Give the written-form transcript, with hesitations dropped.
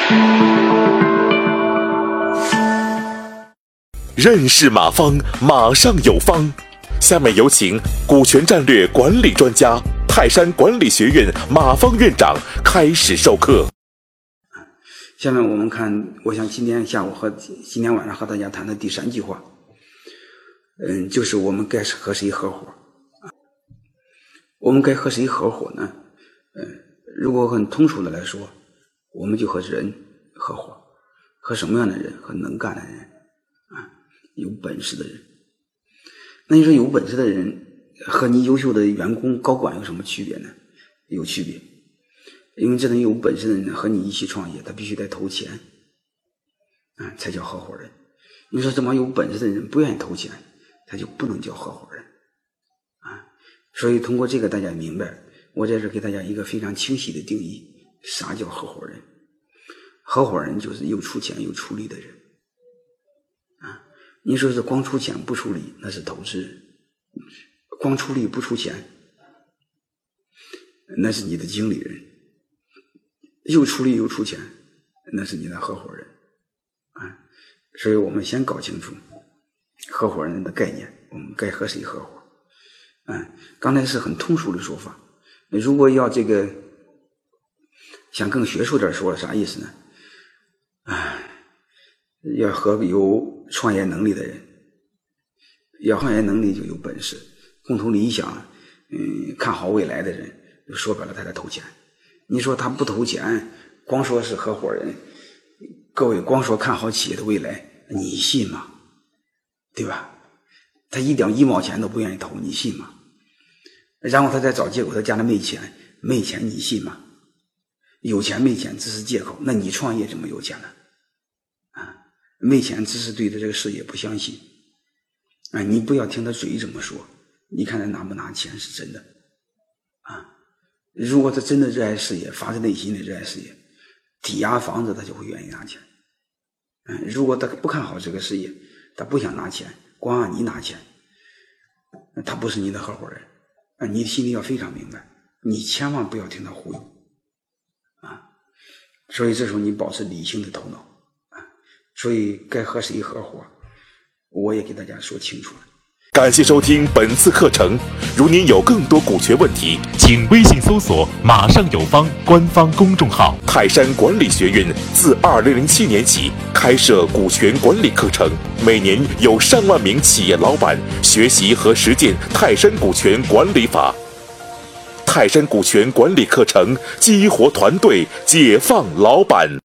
认识马方，马上有方。下面有请股权战略管理专家、泰山管理学院马方院长开始授课。 下面我们看，我想今天下午和今天晚上和大家谈的第3句话，就是我们该和谁合伙。我们该和谁合伙呢？如果很通俗的来说，我们就和人合伙。和什么样的人？和能干的人，有本事的人。那你说有本事的人和你优秀的员工高管有什么区别呢？有区别，因为这种有本事的人和你一起创业，他必须得投钱，才叫合伙人。你说这么有本事的人不愿意投钱，他就不能叫合伙人。所以通过这个大家明白，我在这给大家一个非常清晰的定义，啥叫合伙人？合伙人就是又出钱又出力的人。你说是光出钱不出力，那是投资人；光出力不出钱，那是你的经理人；又出力又出钱，那是你的合伙人。所以我们先搞清楚合伙人的概念，我们该和谁合伙。刚才是很通俗的说法，如果要这个想更学术点说，啥意思呢？要和有创业能力的人，要创业能力就有本事，共同理想，看好未来的人，说白了他在投钱。你说他不投钱，光说是合伙人，各位光说看好企业的未来，你信吗？对吧？他1毛钱都不愿意投，你信吗？然后他再找借口，他家里没钱，你信吗？有钱没钱只是借口，那你创业怎么有钱呢？没钱只是对这个事业不相信。你不要听他嘴这么说，你看他拿不拿钱是真的。如果他真的热爱事业，发自内心的热爱事业，抵押房子他就会愿意拿钱。如果他不看好这个事业，他不想拿钱，光让你拿钱，他不是你的合伙人。你心里要非常明白，你千万不要听他忽悠。所以这时候你保持理性的头脑。所以该和谁合伙，我也给大家说清楚了。 感谢收听本次课程。如您有更多股权问题，请微信搜索“马上有方”官方公众号。泰山管理学院自2007年起开设股权管理课程，每年有上万名企业老板学习和实践泰山股权管理法。泰山股权管理课程激活团队，解放老板。